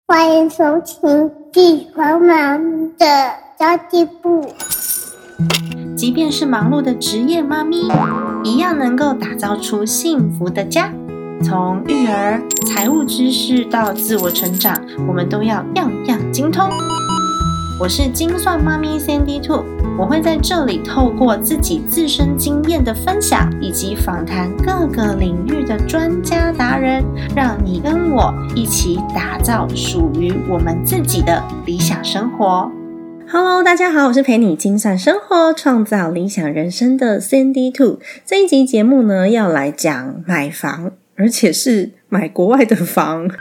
欢迎收听地方妈咪的交际部。 即便是忙碌的职业妈咪，一样能够打造出幸福的家。从育儿、财务知识到自我成长，我们都要样样精通。我是精算妈咪 Sandy Two， 我会在这里透过自己自身经验的分享，以及访谈各个领域的专家达人，让你跟我一起打造属于我们自己的理想生活。Hello， 大家好，我是陪你精算生活、创造理想人生的 Sandy Two。这一集节目呢，要来讲买房，而且是买国外的房。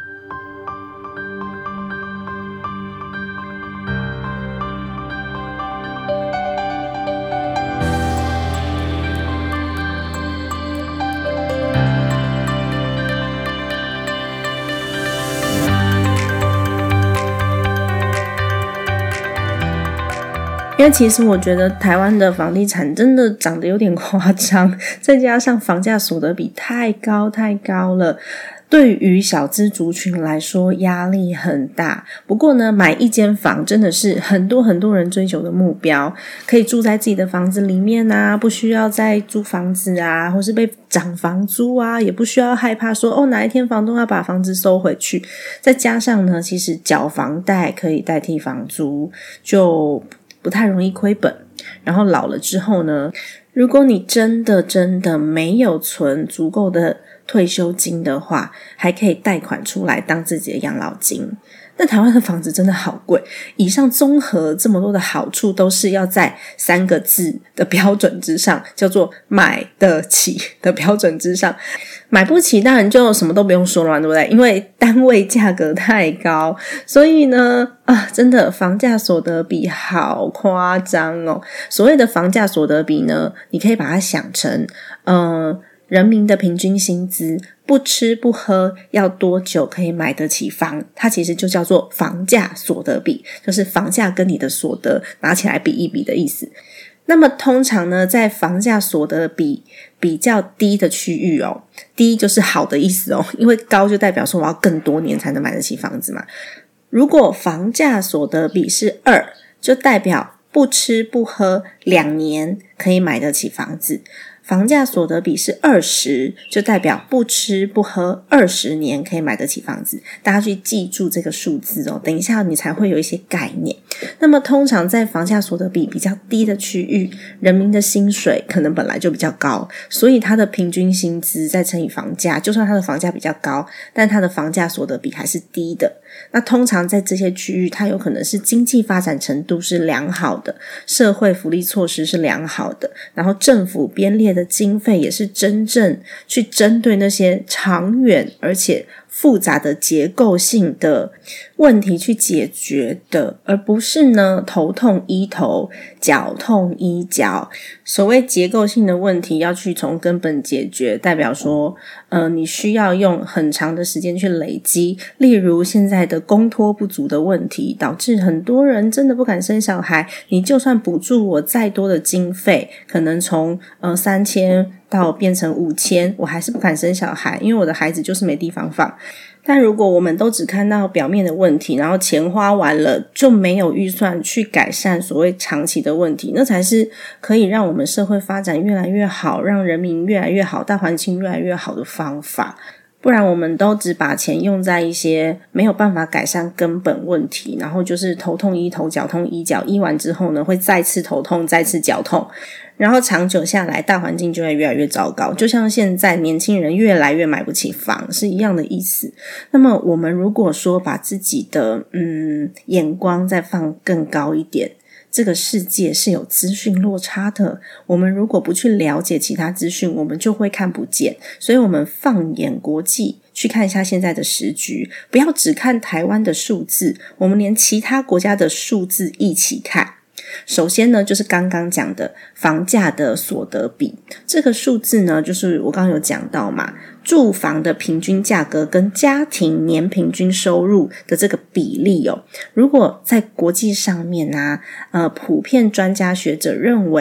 因为其实我觉得台湾的房地产真的涨得有点夸张，再加上房价所得比太高了，对于小资族群来说压力很大。不过呢，买一间房真的是很多人追求的目标，可以住在自己的房子里面啊，不需要再租房子啊，或是被涨房租啊，也不需要害怕说哪一天房东要把房子收回去。再加上呢，其实缴房贷可以代替房租，就不太容易亏本。然后老了之后呢，如果你真的没有存足够的退休金的话，还可以贷款出来当自己的养老金。那台湾的房子真的好贵，以上综合这么多的好处都是要在3个字的标准之上，叫做买得起的标准之上。买不起当然就什么都不用说了，对不对？因为单位价格太高，所以呢真的房价所得比好夸张哦。所谓的房价所得比呢，你可以把它想成人民的平均薪资不吃不喝要多久可以买得起房，它其实就叫做房价所得比，就是房价跟你的所得拿起来比一比的意思。那么通常呢，在房价所得比较低的区域低就是好的意思因为高就代表说我要更多年才能买得起房子嘛。如果房价所得比是2，就代表不吃不喝2年可以买得起房子。房价所得比是20，就代表不吃不喝20年可以买得起房子。大家去记住这个数字等一下你才会有一些概念。那么通常在房价所得比比较低的区域，人民的薪水可能本来就比较高，所以他的平均薪资再乘以房价，就算他的房价比较高，但他的房价所得比还是低的。那通常在这些区域，它有可能是经济发展程度是良好的，社会福利措施是良好的，然后政府编列的经费也是真正去针对那些长远而且复杂的结构性的问题去解决的，而不是呢头痛医头，脚痛医脚。所谓结构性的问题要去从根本解决，代表说你需要用很长的时间去累积。例如现在的公托不足的问题，导致很多人真的不敢生小孩。你就算补助我再多的经费，可能从3000到变成5000，我还是不敢生小孩，因为我的孩子就是没地方放。但如果我们都只看到表面的问题，然后钱花完了就没有预算去改善所谓长期的问题，那才是可以让我们社会发展越来越好，让人民越来越好，大环境越来越好的方法。不然我们都只把钱用在一些没有办法改善根本问题，然后就是头痛医头，脚痛医脚，医完之后呢会再次头痛，再次脚痛，然后长久下来大环境就会越来越糟糕。就像现在年轻人越来越买不起房是一样的意思。那么我们如果说把自己的眼光再放更高一点，这个世界是有资讯落差的，我们如果不去了解其他资讯，我们就会看不见。所以我们放眼国际，去看一下现在的时局，不要只看台湾的数字，我们连其他国家的数字一起看。首先呢，就是刚刚讲的房价的所得比，这个数字呢，就是我刚刚有讲到嘛，住房的平均价格跟家庭年平均收入的这个比例如果在国际上面普遍专家学者认为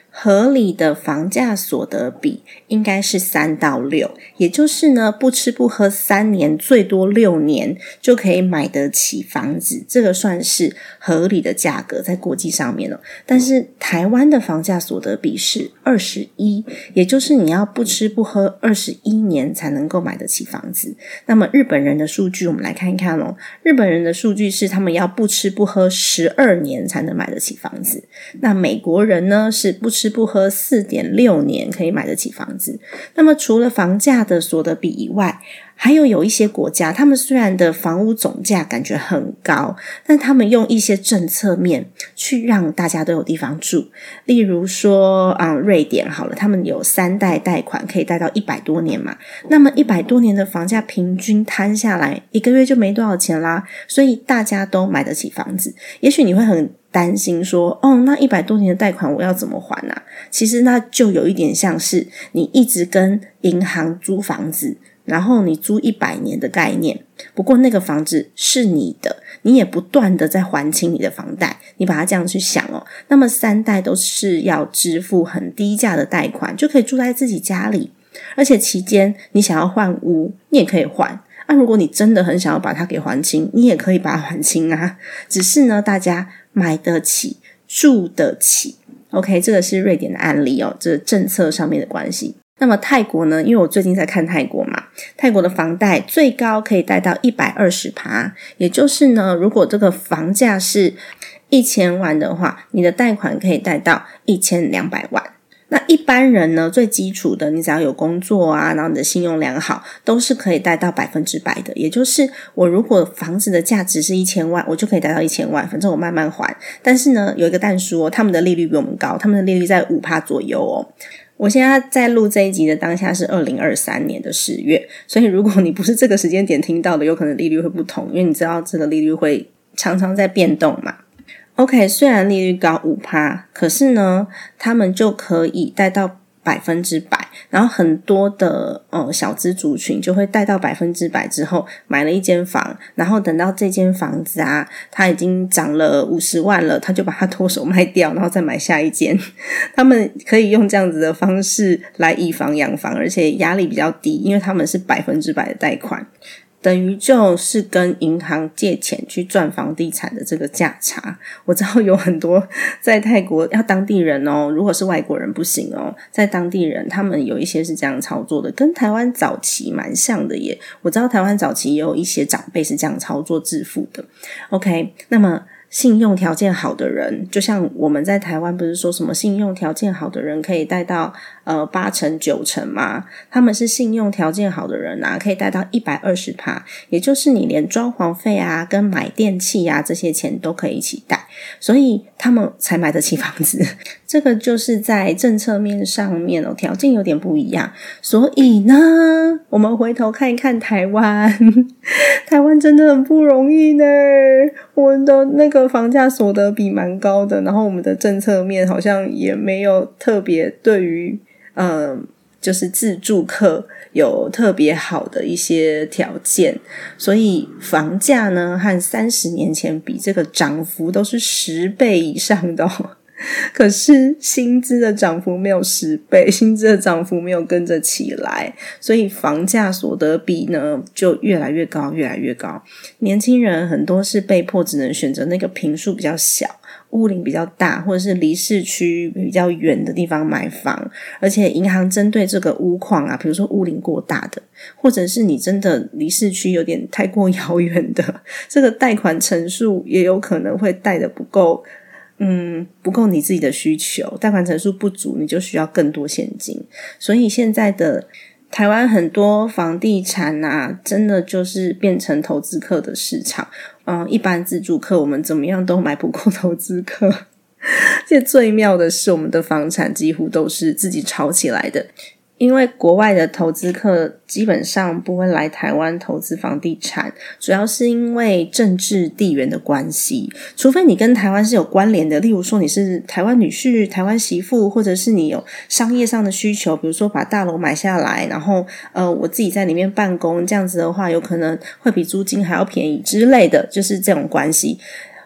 合理的房价所得比应该是3到6，也就是呢，不吃不喝3年，最多6年就可以买得起房子，这个算是合理的价格在国际上面了。但是台湾的房价所得比是21，也就是你要不吃不喝21年才能够买得起房子。那么日本人的数据我们来看一看哦，日本人的数据是他们要不吃不喝12年才能买得起房子，那美国人呢是不吃不喝 4.6 年可以买得起房子。那么除了房价的所得比以外，还有一些国家，他们虽然的房屋总价感觉很高，但他们用一些政策面去让大家都有地方住。例如说瑞典好了，他们有3代贷款可以贷到100多年嘛，那么100多年的房价平均摊下来1个月就没多少钱啦，所以大家都买得起房子。也许你会很担心说那100多年的贷款我要怎么还啊？其实那就有一点像是你一直跟银行租房子，然后你租100年的概念，不过那个房子是你的，你也不断的在还清你的房贷，你把它这样去想那么3代都是要支付很低价的贷款，就可以住在自己家里，而且期间你想要换屋你也可以换如果你真的很想要把它给还清，你也可以把它还清啊，只是呢大家买得起住得起。 OK， 这个是瑞典的案例这政策上面的关系。那么泰国呢，因为我最近在看泰国嘛，泰国的房贷最高可以贷到 120%， 也就是呢如果这个房价是1000万的话，你的贷款可以贷到1200万。那一般人呢，最基础的你只要有工作啊，然后你的信用良好，都是可以贷到100%的，也就是我如果房子的价值是1000万，我就可以贷到1000万，反正我慢慢还。但是呢有一个但书他们的利率比我们高，他们的利率在 5% 左右我现在在录这一集的当下是2023年的10月，所以如果你不是这个时间点听到的，有可能利率会不同，因为你知道这个利率会常常在变动嘛。OK， 虽然利率高 5%， 可是呢他们就可以贷到100%，然后很多的小资族群就会贷到100%之后买了一间房，然后等到这间房子它已经涨了50万了，他就把它脱手卖掉，然后再买下一间。他们可以用这样子的方式来以房养房，而且压力比较低，因为他们是100%的贷款，等于就是跟银行借钱去赚房地产的这个价差。我知道有很多在泰国要当地人如果是外国人不行在当地人他们有一些是这样操作的，跟台湾早期蛮像的耶。我知道台湾早期也有一些长辈是这样操作致富的。 OK， 那么信用条件好的人，就像我们在台湾不是说什么信用条件好的人可以贷到8成9成吗？他们是信用条件好的人可以贷到 120%， 也就是你连装潢费跟买电器这些钱都可以一起贷，所以他们才买得起房子。这个就是在政策面上面条件有点不一样。所以呢我们回头看一看台湾台湾真的很不容易呢，我们的那个房价所得比蛮高的，然后我们的政策面好像也没有特别对于就是自住客有特别好的一些条件，所以房价呢和30年前比，这个涨幅都是10倍以上的可是薪资的涨幅没有10倍，薪资的涨幅没有跟着起来，所以房价所得比呢就越来越高越来越高。年轻人很多是被迫只能选择那个坪数比较小，屋龄比较大，或者是离市区比较远的地方买房。而且银行针对这个屋况比如说屋龄过大的，或者是你真的离市区有点太过遥远的，这个贷款成数也有可能会贷得不够你自己的需求，贷款成数不足，你就需要更多现金。所以现在的台湾很多房地产真的就是变成投资客的市场。一般自住客我们怎么样都买不过投资客。这最妙的是我们的房产几乎都是自己炒起来的，因为国外的投资客基本上不会来台湾投资房地产，主要是因为政治地缘的关系，除非你跟台湾是有关联的，例如说你是台湾女婿、台湾媳妇，或者是你有商业上的需求，比如说把大楼买下来，然后我自己在里面办公，这样子的话有可能会比租金还要便宜之类的，就是这种关系。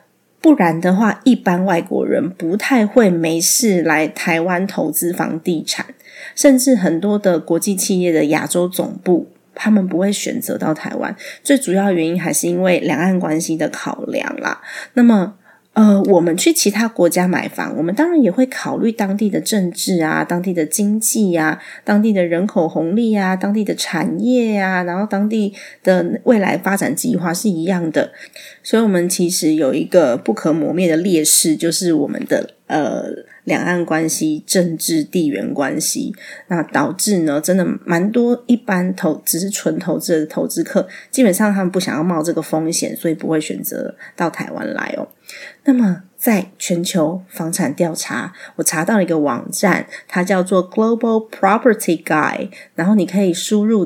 不然的话一般外国人不太会没事来台湾投资房地产，甚至很多的国际企业的亚洲总部他们不会选择到台湾，最主要的原因还是因为两岸关系的考量啦。那么我们去其他国家买房，我们当然也会考虑当地的政治啊，当地的经济啊，当地的人口红利啊，当地的产业啊，然后当地的未来发展计划是一样的。所以我们其实有一个不可磨灭的劣势，就是我们的两岸关系、政治地缘关系，那导致呢真的蛮多一般只是纯投资的投资客，基本上他们不想要冒这个风险，所以不会选择到台湾来哦。那么在全球房产调查，我查到了一个网站，它叫做 Global Property Guide， 然后你可以输入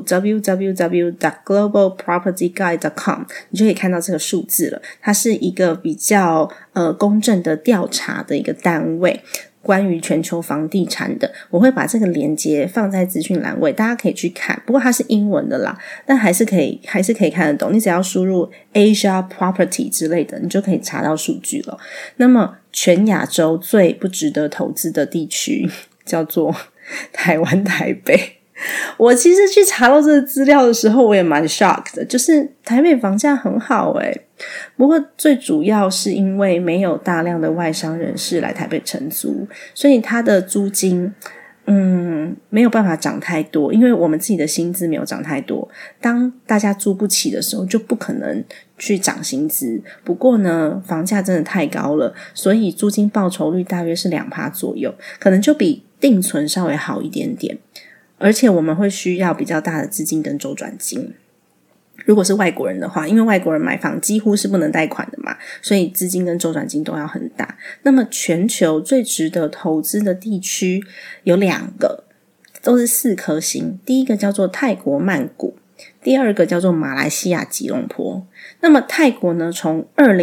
www.globalpropertyguide.com， 你就可以看到这个数字了。它是一个比较公正的调查的一个单位，关于全球房地产的，我会把这个连结放在资讯栏位，大家可以去看。不过它是英文的啦，但还是可以看得懂。你只要输入 Asia Property 之类的，你就可以查到数据了。那么全亚洲最不值得投资的地区叫做台湾台北。我其实去查到这个资料的时候，我也蛮 shock 的，就是台北房价很好不过最主要是因为没有大量的外商人士来台北承租，所以它的租金没有办法涨太多，因为我们自己的薪资没有涨太多，当大家租不起的时候就不可能去涨薪资。不过呢房价真的太高了，所以租金报酬率大约是 2% 左右，可能就比定存稍微好一点点，而且我们会需要比较大的资金跟周转金。如果是外国人的话，因为外国人买房几乎是不能贷款的嘛，所以资金跟周转金都要很大。那么全球最值得投资的地区有2个，都是4颗星。第一个叫做泰国曼谷，第二个叫做马来西亚吉隆坡。那么泰国呢，从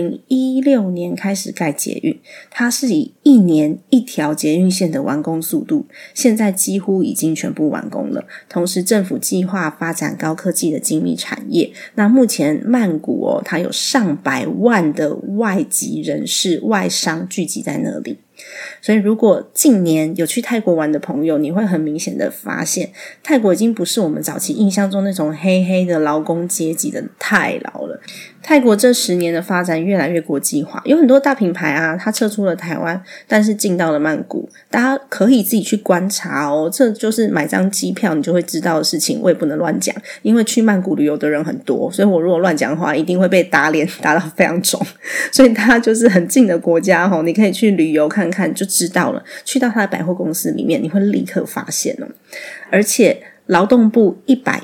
2016年开始盖捷运，它是以1年1条捷运线的完工速度，现在几乎已经全部完工了。同时政府计划发展高科技的精密产业，那目前曼谷它有上百万的外籍人士、外商聚集在那里。所以如果近年有去泰国玩的朋友，你会很明显的发现，泰国已经不是我们早期印象中那种黑黑的劳工阶级的太劳了。泰国这10年的发展越来越国际化，有很多大品牌啊，它撤出了台湾，但是进到了曼谷，大家可以自己去观察这就是买张机票你就会知道的事情，我也不能乱讲，因为去曼谷旅游的人很多，所以我如果乱讲的话一定会被打脸打到非常重，所以它就是很近的国家你可以去旅游看看就知道了，去到它的百货公司里面你会立刻发现而且劳动部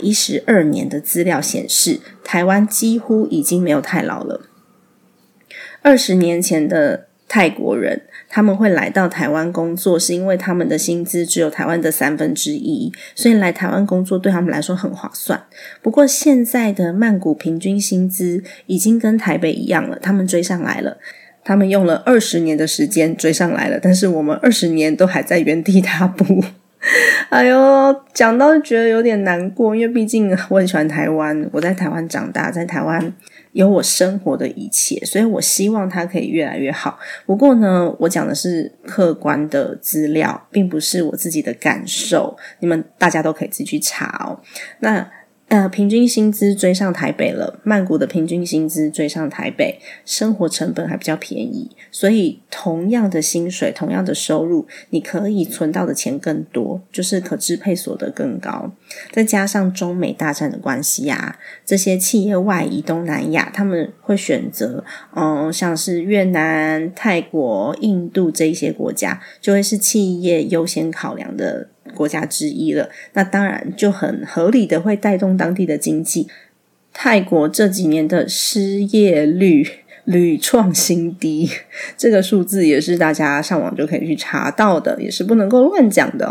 112年的资料显示，台湾几乎已经没有太劳了。20年前的泰国人，他们会来到台湾工作，是因为他们的薪资只有台湾的1/3，所以来台湾工作对他们来说很划算。不过现在的曼谷平均薪资已经跟台北一样了，他们追上来了。他们用了20年的时间追上来了，但是我们20年都还在原地踏步。哎呦，讲到觉得有点难过，因为毕竟我很喜欢台湾，我在台湾长大，在台湾有我生活的一切，所以我希望它可以越来越好。不过呢，我讲的是客观的资料，并不是我自己的感受，你们大家都可以自己去查那平均薪资追上台北了，曼谷的平均薪资追上台北，生活成本还比较便宜，所以同样的薪水，同样的收入，你可以存到的钱更多，就是可支配所得更高。再加上中美大战的关系这些企业外移东南亚，他们会选择像是越南、泰国、印度这一些国家，就会是企业优先考量的国家之一了。那当然就很合理的会带动当地的经济。泰国这几年的失业率屡创新低，这个数字也是大家上网就可以去查到的，也是不能够乱讲的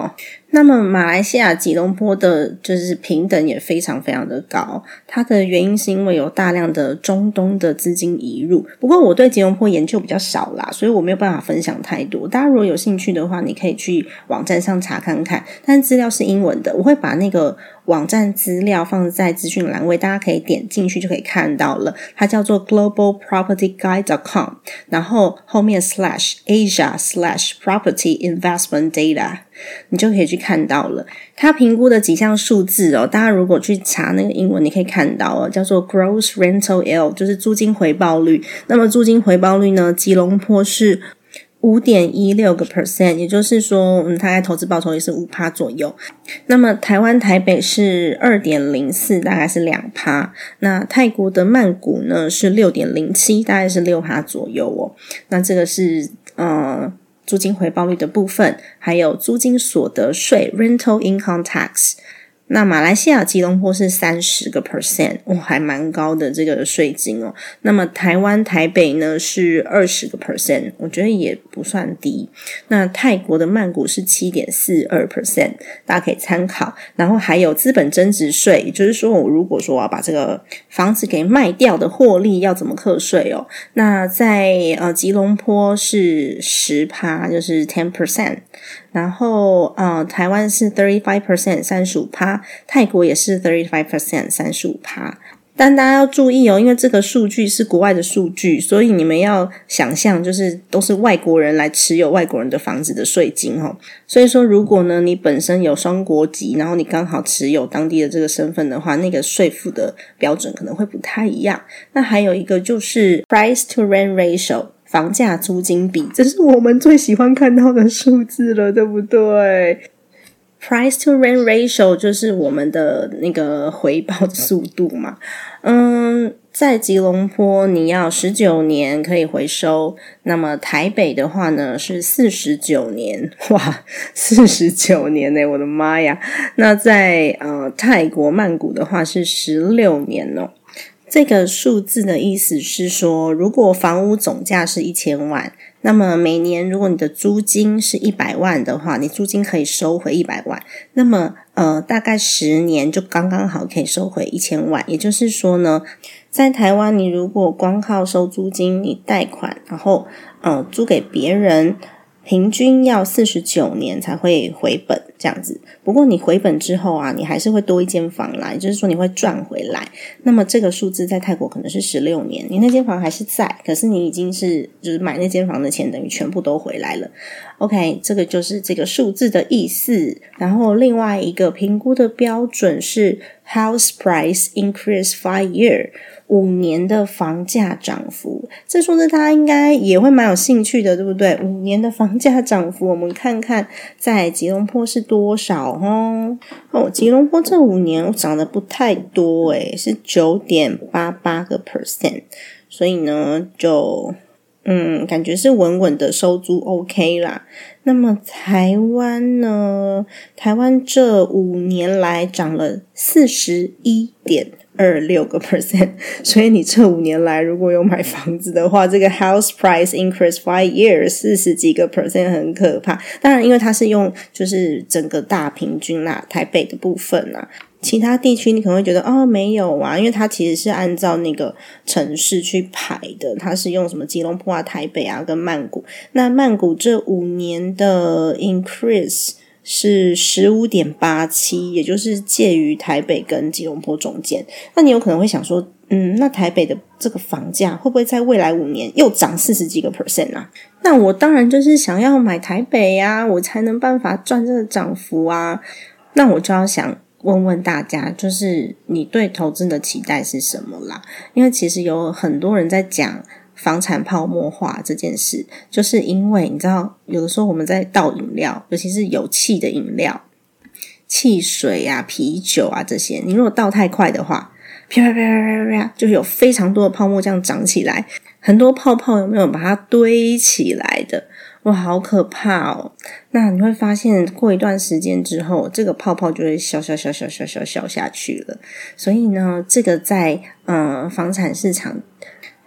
那么马来西亚吉隆坡的就是平等也非常非常的高，它的原因是因为有大量的中东的资金移入，不过我对吉隆坡研究比较少啦，所以我没有办法分享太多，大家如果有兴趣的话你可以去网站上查看看，但资料是英文的，我会把那个网站资料放在资讯栏位，大家可以点进去就可以看到了，它叫做 globalpropertyguide.com 然后后面 /asia/property investment data 你就可以去看到了，它评估的几项数字大家如果去查那个英文你可以看到叫做 gross rental yield 就是租金回报率，那么租金回报率呢吉隆坡是5.16%， 也就是说大概投资报酬也是 5% 左右，那么台湾台北是 2.04%， 大概是 2%， 那泰国的曼谷呢是 6.07%， 大概是 6% 左右那这个是租金回报率的部分，还有租金所得税 rental income tax。那马来西亚吉隆坡是 30%， 还蛮高的这个税金那么台湾台北呢是 20%， 我觉得也不算低。那泰国的曼谷是 7.42%， 大家可以参考。然后还有资本增值税，也就是说我如果说我要把这个房子给卖掉的获利要怎么课税那在吉隆坡是 10%， 就是 10%， 然后台湾是 35% 35%，泰国也是 35% 35%，但大家要注意因为这个数据是国外的数据，所以你们要想象就是都是外国人来持有外国人的房子的税金所以说如果呢你本身有双国籍，然后你刚好持有当地的这个身份的话，那个税负的标准可能会不太一样。那还有一个就是 price to rent ratio，房价租金比，这是我们最喜欢看到的数字了，对不对？ Price to rent ratio 就是我们的那个回报的速度嘛。在吉隆坡你要19年可以回收，那么台北的话呢是49年，哇，49年我的妈呀！那在泰国曼谷的话是16年这个数字的意思是说，如果房屋总价是1000万，那么每年如果你的租金是100万的话，你租金可以收回100万，那么大概10年就刚刚好可以收回1000万。也就是说呢，在台湾你如果光靠收租金，你贷款然后租给别人，平均要49年才会回本这样子。不过你回本之后你还是会多一间房啦，也就是说你会赚回来。那么这个数字在泰国可能是16年，你那间房还是在，可是你已经是就是买那间房的钱等于全部都回来了。OK， 这个就是这个数字的意思。然后另外一个评估的标准是 House Price Increase 5 Year， 5年的房价涨幅。这数字大家应该也会蛮有兴趣的，对不对？5年的房价涨幅，我们看看在吉隆坡是多少吉隆坡这5年涨得不太多是 9.88%， 所以呢就感觉是稳稳的收租 OK 啦。那么台湾呢？台湾这5年来涨了 41.26%， 所以你这5年来如果有买房子的话，这个 house price increase 5 years 40几个%很可怕。当然因为它是用就是整个大平均啦，台北的部分啦，其他地区你可能会觉得没有因为它其实是按照那个城市去排的，它是用什么吉隆坡台北跟曼谷。那曼谷这5年的 increase 是 15.87， 也就是介于台北跟吉隆坡中间。那你有可能会想说那台北的这个房价会不会在未来5年又涨40几个%啊？那我当然就是想要买台北我才能办法赚这个涨幅那我就要想问问大家，就是你对投资的期待是什么啦？因为其实有很多人在讲房产泡沫化这件事，就是因为你知道有的时候我们在倒饮料，尤其是有气的饮料，汽水啤酒这些，你如果倒太快的话，啪啪啪啪啪啪，就有非常多的泡沫这样长起来，很多泡泡有没有把它堆起来的？哇，好可怕那你会发现过一段时间之后，这个泡泡就会消下去了。所以呢，这个在房产市场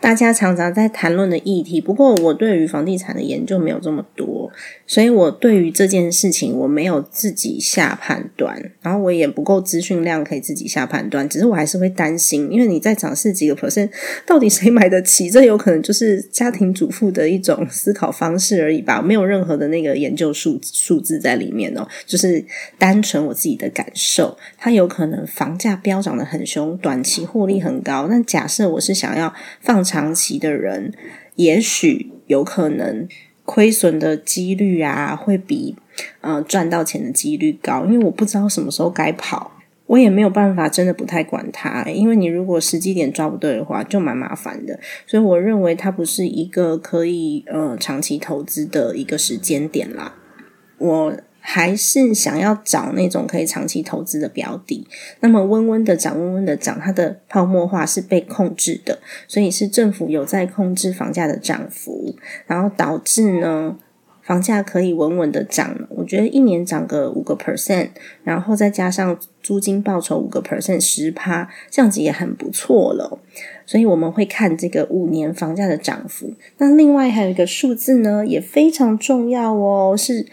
大家常常在谈论的议题，不过我对于房地产的研究没有这么多，所以我对于这件事情我没有自己下判断，然后我也不够资讯量可以自己下判断，只是我还是会担心，因为你再涨40几个%，到底谁买得起？这有可能就是家庭主妇的一种思考方式而已吧，没有任何的那个研究数字在里面哦，就是单纯我自己的感受。它有可能房价飙涨得很凶，短期获利很高，但假设我是想要放长期的人，也许有可能亏损的几率啊会比赚到钱的几率高，因为我不知道什么时候该跑，我也没有办法真的不太管它，因为你如果时机点抓不对的话就蛮麻烦的，所以我认为它不是一个可以长期投资的一个时间点啦。我还是想要找那种可以长期投资的标的，那么温温的涨，它的泡沫化是被控制的，所以是政府有在控制房价的涨幅，然后导致呢房价可以稳稳的涨，我觉得一年涨个5%，然后再加上租金报酬5% 10%，这样子也很不错了。所以我们会看这个5年房价的涨幅。那另外还有一个数字呢也非常重要哦，是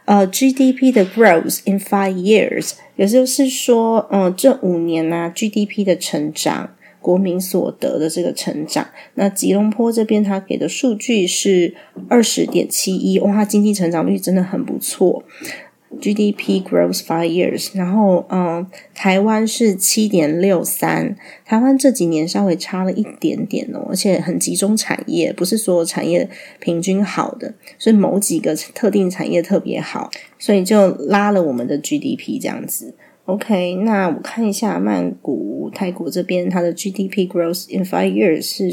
GDP 的 growth in 5 years， 也就是说这5年啊 GDP 的成长，国民所得的这个成长。那吉隆坡这边他给的数据是 20.71%， 哇，它经济成长率真的很不错， GDP growth 5 years， 然后台湾是 7.63%， 台湾这几年稍微差了一点点哦，而且很集中产业，不是所有产业平均好的，所以某几个特定产业特别好，所以就拉了我们的 GDP 这样子。OK， 那我看一下曼谷、泰国这边它的 GDP growth in 5 years 是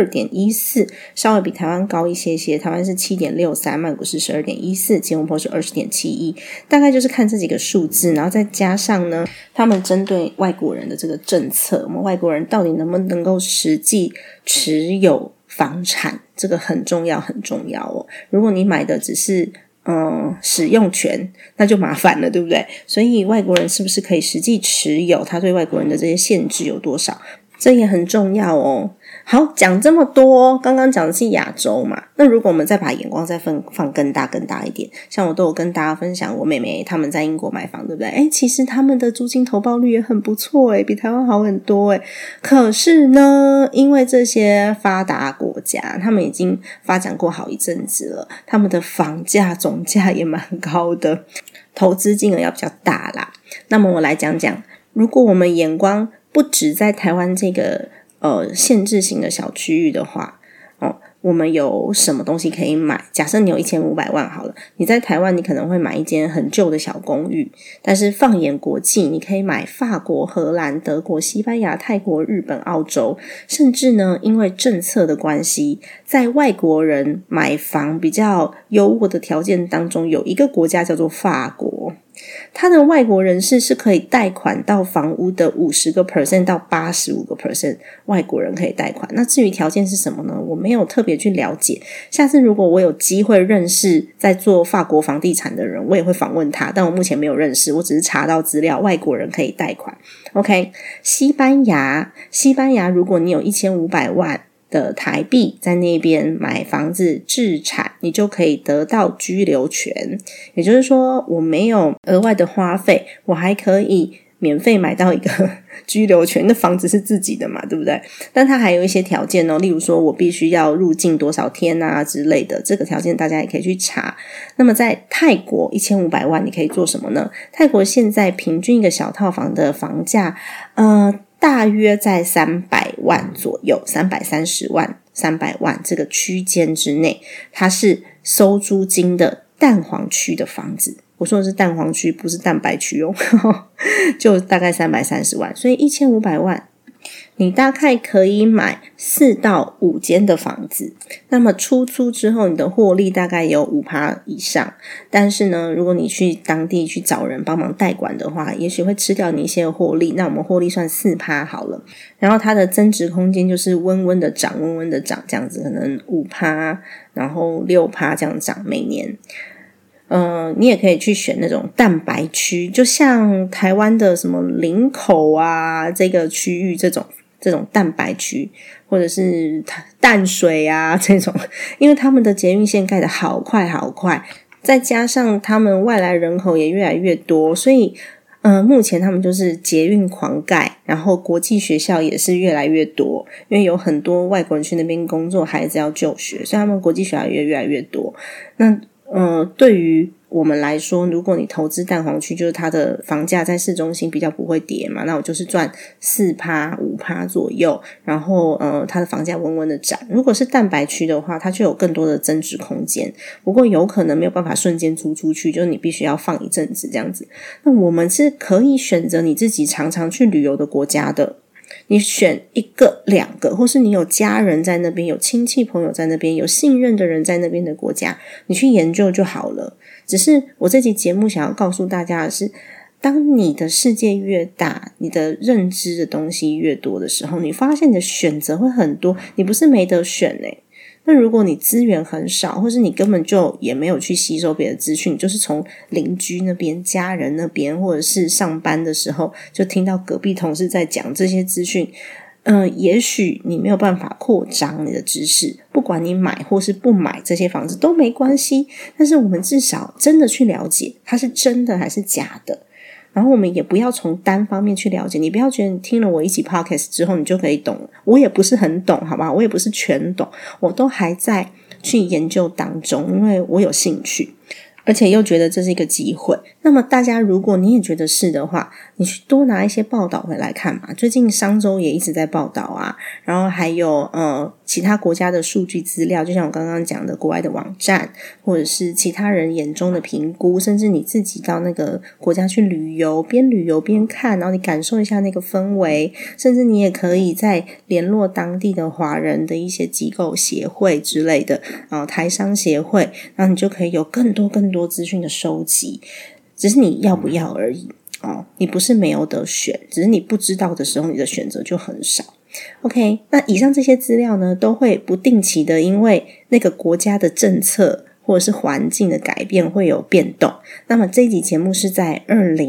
12.14， 稍微比台湾高一些些，台湾是 7.63， 曼谷是 12.14， 吉隆坡是 20.71， 大概就是看这几个数字，然后再加上呢他们针对外国人的这个政策，我们外国人到底能不能够实际持有房产，这个很重要很重要哦。如果你买的只是使用权，那就麻烦了，对不对？所以外国人是不是可以实际持有，他对外国人的这些限制有多少，这也很重要哦。好，讲这么多，刚刚讲的是亚洲嘛，那如果我们再把眼光再放更大一点，像我都有跟大家分享我妹妹他们在英国买房，对不对？其实他们的租金投报率也很不错比台湾好很多可是呢，因为这些发达国家他们已经发展过好一阵子了，他们的房价总价也蛮高的，投资金额要比较大啦。那么我来讲讲，如果我们眼光不只在台湾这个限制型的小区域的话，我们有什么东西可以买？假设你有1500万好了，你在台湾你可能会买一间很旧的小公寓，但是放眼国际，你可以买法国、荷兰、德国、西班牙、泰国、日本、澳洲，甚至呢因为政策的关系，在外国人买房比较优渥的条件当中，有一个国家叫做法国，他的外国人士是可以贷款到房屋的 50% 到 85%， 外国人可以贷款。那至于条件是什么呢？我没有特别去了解，下次如果我有机会认识在做法国房地产的人，我也会访问他，但我目前没有认识，我只是查到资料，外国人可以贷款。 OK， 西班牙如果你有1500万的台币在那边买房子置产，你就可以得到居留权，也就是说我没有额外的花费，我还可以免费买到一个居留权，那房子是自己的嘛，对不对？但它还有一些条件例如说我必须要入境多少天啊之类的，这个条件大家也可以去查。那么在泰国1500万你可以做什么呢？泰国现在平均一个小套房的房价大约在300万左右，330万300万这个区间之内，它是收租金的蛋黄区的房子，我说的是蛋黄区不是蛋白区就大概330万，所以1500万你大概可以买4到5间的房子，那么出租之后你的获利大概有 5% 以上，但是呢如果你去当地去找人帮忙代管的话，也许会吃掉你一些获利，那我们获利算 4% 好了，然后它的增值空间就是温温的涨这样子，可能 5% 然后 6% 这样涨每年。你也可以去选那种蛋白区，就像台湾的什么林口啊这个区域，这种这种蛋白区或者是淡水啊这种，因为他们的捷运线盖得好快好快，再加上他们外来人口也越来越多，所以目前他们就是捷运狂盖，然后国际学校也是越来越多，因为有很多外国人去那边工作，孩子要就学，所以他们国际学校也越来越多。那对于我们来说，如果你投资蛋黄区，就是它的房价在市中心比较不会跌嘛，那我就是赚 4%、5% 左右，然后它的房价稳稳的涨。如果是蛋白区的话，它就有更多的增值空间，不过有可能没有办法瞬间租出去，就是你必须要放一阵子这样子。那我们是可以选择你自己常常去旅游的国家的，你选1个2个，或是你有家人在那边，有亲戚朋友在那边，有信任的人在那边的国家，你去研究就好了。只是我这期节目想要告诉大家的是，当你的世界越大，你的认知的东西越多的时候，你发现你的选择会很多，你不是没得选那如果你资源很少，或是你根本就也没有去吸收别的资讯，就是从邻居那边、家人那边，或者是上班的时候就听到隔壁同事在讲这些资讯，也许你没有办法扩张你的知识，不管你买或是不买这些房子都没关系，但是我们至少真的去了解它是真的还是假的，然后我们也不要从单方面去了解，你不要觉得你听了我一集 podcast 之后你就可以懂了，我也不是很懂好吧，我也不是全懂，我都还在去研究当中，因为我有兴趣，而且又觉得这是一个机会。那么大家如果你也觉得是的话，你去多拿一些报道回来看嘛，最近商周也一直在报道啊，然后还有其他国家的数据资料，就像我刚刚讲的国外的网站，或者是其他人眼中的评估，甚至你自己到那个国家去旅游，边旅游边看，然后你感受一下那个氛围，甚至你也可以再联络当地的华人的一些机构协会之类的台商协会，然后你就可以有更多资讯的收集，只是你要不要而已你不是没有得选，只是你不知道的时候你的选择就很少。OK， 那以上这些资料呢，都会不定期的因为那个国家的政策或者是环境的改变会有变动。那么这一集节目是在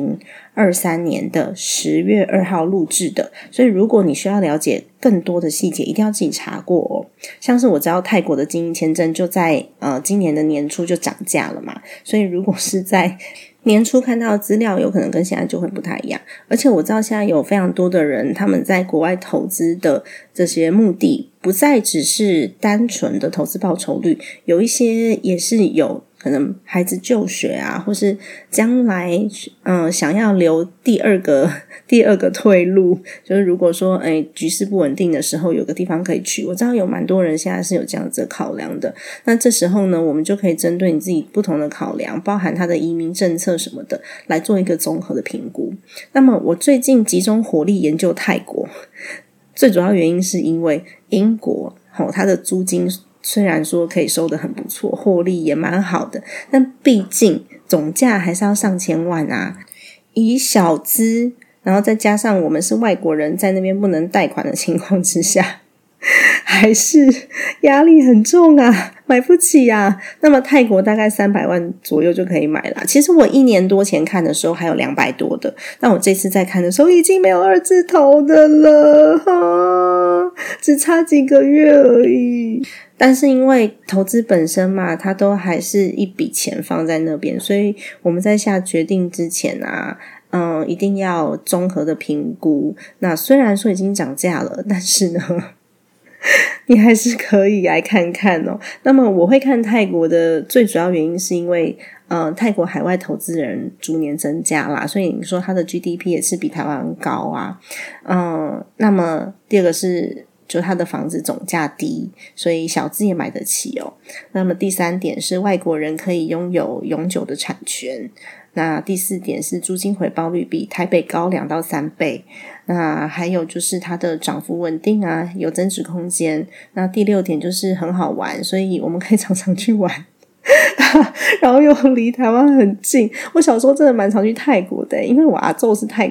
2023年的10月2号录制的，所以如果你需要了解更多的细节，一定要自己查过像是我知道泰国的经营签证就在今年的年初就涨价了嘛，所以如果是在年初看到的资料有可能跟现在就会不太一样，而且我知道现在有非常多的人他们在国外投资的这些目的不再只是单纯的投资报酬率，有一些也是有可能孩子就学啊，或是将来想要留第二个退路，就是如果说局势不稳定的时候有个地方可以去，我知道有蛮多人现在是有这样子的考量的。那这时候呢，我们就可以针对你自己不同的考量，包含它的移民政策什么的，来做一个综合的评估。那么我最近集中火力研究泰国，最主要原因是因为英国它的租金虽然说可以收得很不错，获利也蛮好的，但毕竟总价还是要上千万啊，以小资然后再加上我们是外国人在那边不能贷款的情况之下，还是压力很重啊，买不起啊。那么泰国大概300万左右就可以买了，其实我1年多前看的时候还有200多的，但我这次在看的时候已经没有2字头的了只差几个月而已。但是因为投资本身嘛，它都还是一笔钱放在那边，所以我们在下决定之前啊一定要综合的评估。那虽然说已经涨价了，但是呢你还是可以来看看那么我会看泰国的最主要原因是因为泰国海外投资人逐年增加啦，所以你说它的 GDP 也是比台湾高啊。那么第二个是就他的房子总价低，所以小资也买得起那么第3点是外国人可以拥有永久的产权。那第4点是租金回报率比台北高2到3倍。那还有就是它的涨幅稳定啊，有增值空间。那第6点就是很好玩，所以我们可以常常去玩然后又离台湾很近。我小时候真的蛮常去泰国的因为我阿祖是泰国人，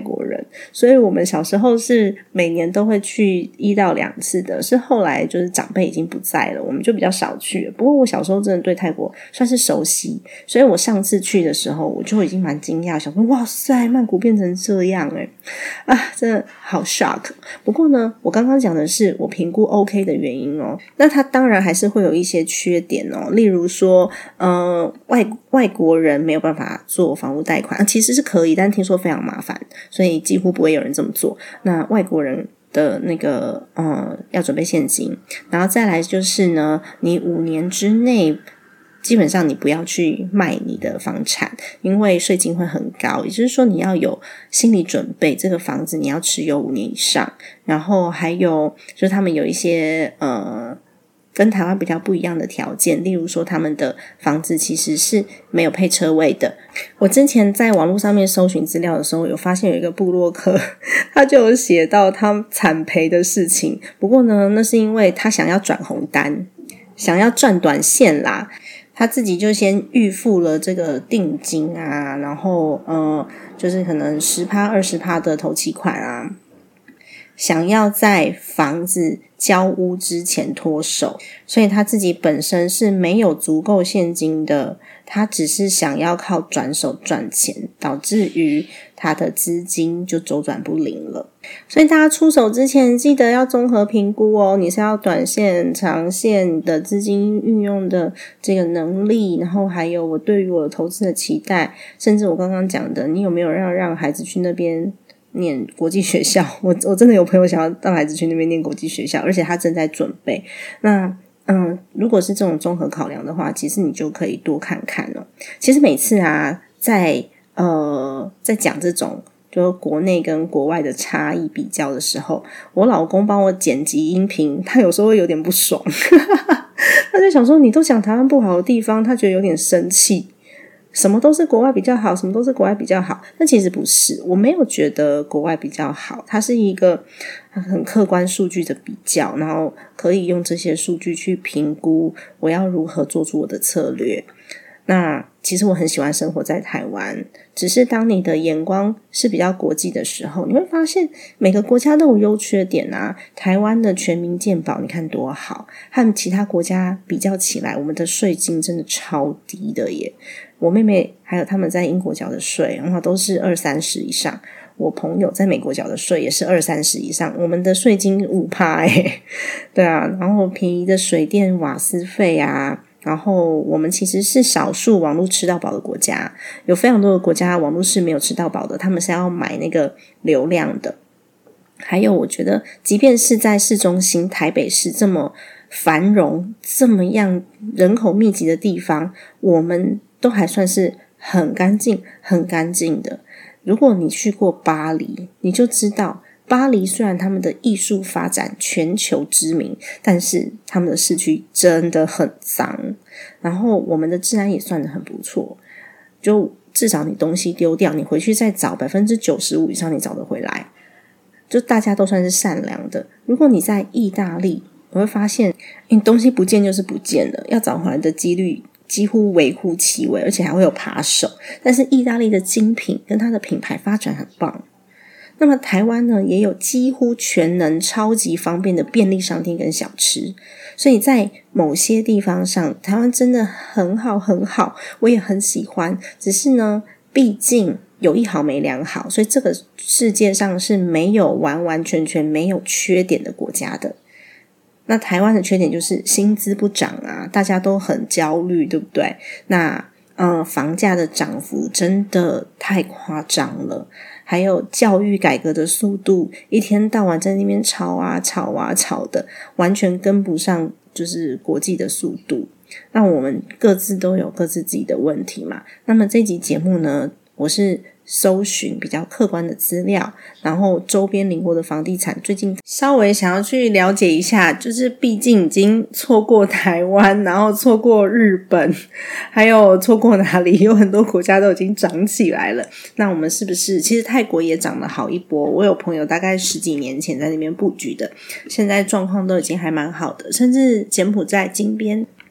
所以我们小时候是每年都会去1到2次的，是后来就是长辈已经不在了，我们就比较少去了。不过我小时候真的对泰国算是熟悉，所以我上次去的时候我就已经蛮惊讶，想说哇塞，曼谷变成这样真的好 shock。 不过呢，我刚刚讲的是我评估 OK 的原因那它当然还是会有一些缺点例如说外国人没有办法做房屋贷款，其实是可以，但听说非常麻烦，所以几乎不会有人这么做。那外国人的那个要准备现金，然后再来就是呢，你5年之内基本上你不要去卖你的房产，因为税金会很高，也就是说你要有心理准备，这个房子你要持有5年以上。然后还有就是他们有一些跟台湾比较不一样的条件，例如说他们的房子其实是没有配车位的。我之前在网络上面搜寻资料的时候，有发现有一个部落客他就有写到他惨赔的事情，不过呢那是因为他想要转红单，想要赚短线啦，他自己就先预付了这个定金啊，然后就是可能 10%、20% 的头期款啊，想要在房子交屋之前脱手，所以他自己本身是没有足够现金的，他只是想要靠转手赚钱，导致于他的资金就周转不灵了。所以大家出手之前记得要综合评估你是要短线长线的资金运用的这个能力，然后还有我对于我的投资的期待，甚至我刚刚讲的你有没有让孩子去那边念国际学校，我真的有朋友想要让孩子去那边念国际学校，而且他正在准备。那如果是这种综合考量的话，其实你就可以多看看其实每次在讲这种就国内跟国外的差异比较的时候，我老公帮我剪辑音频，他有时候会有点不爽他就想说你都讲台湾不好的地方，他觉得有点生气，什么都是国外比较好，什么都是国外比较好。但其实不是，我没有觉得国外比较好，它是一个很客观数据的比较，然后可以用这些数据去评估我要如何做出我的策略。那其实我很喜欢生活在台湾，只是当你的眼光是比较国际的时候，你会发现每个国家都有优缺点台湾的全民健保你看多好，和其他国家比较起来，我们的税金真的超低的耶。我妹妹还有他们在英国缴的税然后都是20-30%以上，我朋友在美国缴的税也是20-30%以上，我们的税金 5% 对然后便宜的水电瓦斯费然后我们其实是少数网络吃到饱的国家，有非常多的国家网络是没有吃到饱的，他们是要买那个流量的。还有我觉得即便是在市中心台北市这么繁荣这么样人口密集的地方，我们都还算是很干净的。如果你去过巴黎，你就知道巴黎虽然他们的艺术发展全球知名，但是他们的市区真的很脏，然后我们的治安也算得很不错，就至少你东西丢掉，你回去再找95%以上你找得回来，就大家都算是善良的。如果你在意大利，你会发现你东西不见就是不见了，要找回来的几率几乎微乎其微，而且还会有扒手。但是意大利的精品跟它的品牌发展很棒。那么台湾呢，也有几乎全能超级方便的便利商店跟小吃，所以在某些地方上台湾真的很好，我也很喜欢。只是呢，毕竟有一好没两好，所以这个世界上是没有完完全全没有缺点的国家的。那台湾的缺点就是薪资不涨大家都很焦虑，对不对？那房价的涨幅真的太夸张了，还有教育改革的速度，一天到晚在那边吵的，完全跟不上就是国际的速度。那我们各自都有各自自己的问题嘛。那么这集节目呢，我是搜寻比较客观的资料，然后周边邻国的房地产最近稍微想要去了解一下，就是毕竟已经错过台湾，然后错过日本，还有错过哪里，有很多国家都已经涨起来了。那我们是不是其实泰国也涨了好一波，我有朋友大概10几年前在那边布局的，现在状况都已经还蛮好的，甚至柬埔寨金边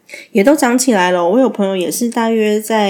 也都涨起来了。我有朋友也是大约在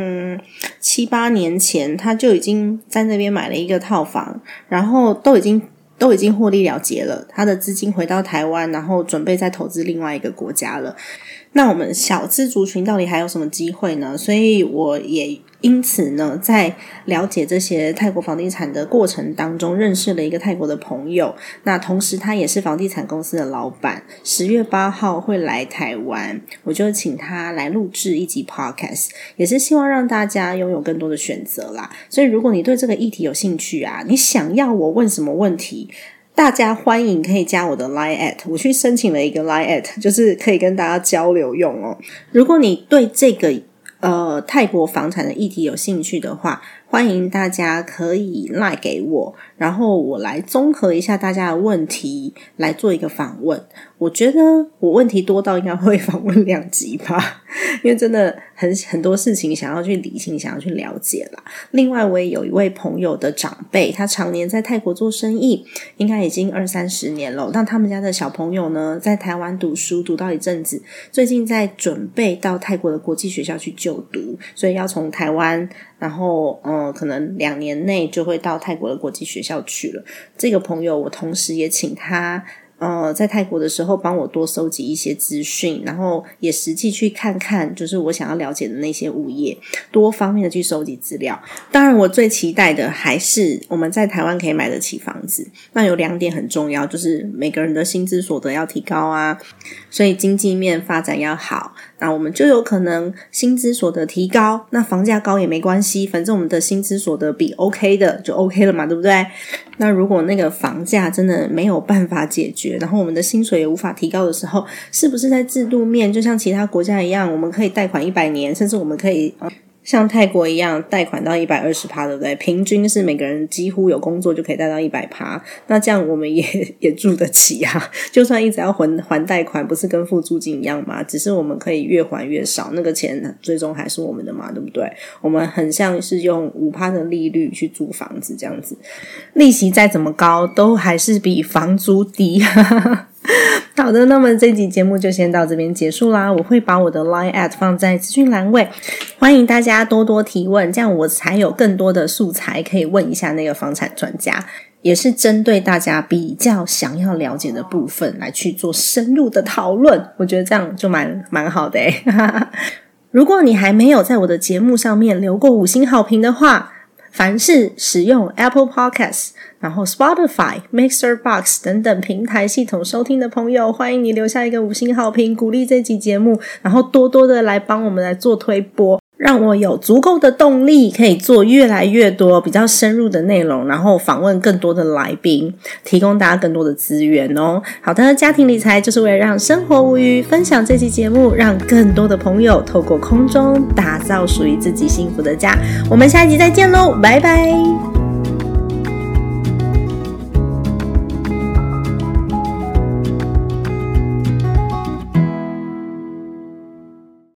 7-8年前，他就已经在那边买了一个套房，然后都已经获利了结了，他的资金回到台湾，然后准备再投资另外一个国家了。那我们小资族群到底还有什么机会呢？所以我也因此呢，在了解这些泰国房地产的过程当中，认识了一个泰国的朋友，那同时他也是房地产公司的老板，10月8号会来台湾，我就请他来录制一集 podcast， 也是希望让大家拥有更多的选择啦。所以如果你对这个议题有兴趣啊，你想要我问什么问题，大家欢迎可以加我的 Line@ 我去申请了一个 Line@， 就是可以跟大家交流用哦。如果你对这个泰国房产的议题有兴趣的话，欢迎大家可以 Line 给我，然后我来综合一下大家的问题来做一个访问。我觉得我问题多到应该会访问2集吧，因为真的很多事情想要去理清，想要去了解啦。另外我也有一位朋友的长辈，他常年在泰国做生意，应该已经20-30年了，那他们家的小朋友呢在台湾读书读到一阵子，最近在准备到泰国的国际学校去就读，所以要从台湾然后可能2年内就会到泰国的国际学校去了。这个朋友我同时也请他在泰国的时候帮我多收集一些资讯，然后也实际去看看就是我想要了解的那些物业，多方面的去收集资料。当然我最期待的还是我们在台湾可以买得起房子，那有2点很重要，就是每个人的薪资所得要提高啊，所以经济面发展要好，那我们就有可能薪资所得提高，那房价高也没关系，反正我们的薪资所得比 OK 的就 OK 了嘛，对不对？那如果那个房价真的没有办法解决，然后我们的薪水也无法提高的时候，是不是在制度面就像其他国家一样，我们可以贷款100年，甚至我们可以像泰国一样贷款到 120%， 对不对？平均是每个人几乎有工作就可以贷到 100%， 那这样我们也住得起啊。就算一直要还贷款，不是跟付租金一样吗？只是我们可以越还越少，那个钱最终还是我们的嘛，对不对？我们很像是用 5% 的利率去租房子这样子，利息再怎么高都还是比房租低。好的，那么这集节目就先到这边结束啦。我会把我的 Line@ 放在资讯栏位，欢迎大家多多提问，这样我才有更多的素材可以问一下那个房产专家，也是针对大家比较想要了解的部分来去做深入的讨论，我觉得这样就蛮好的耶。如果你还没有在我的节目上面留过5星好评的话，凡是使用 Apple Podcast 然后 Spotify、Mixer Box 等等平台系统收听的朋友，欢迎你留下一个5星好评，鼓励这集节目，然后多多的来帮我们来做推播，让我有足够的动力可以做越来越多比较深入的内容，然后访问更多的来宾，提供大家更多的资源哦。好的，家庭理财就是为了让生活无虞，分享这期节目，让更多的朋友透过空中打造属于自己幸福的家。我们下一集再见咯，拜拜。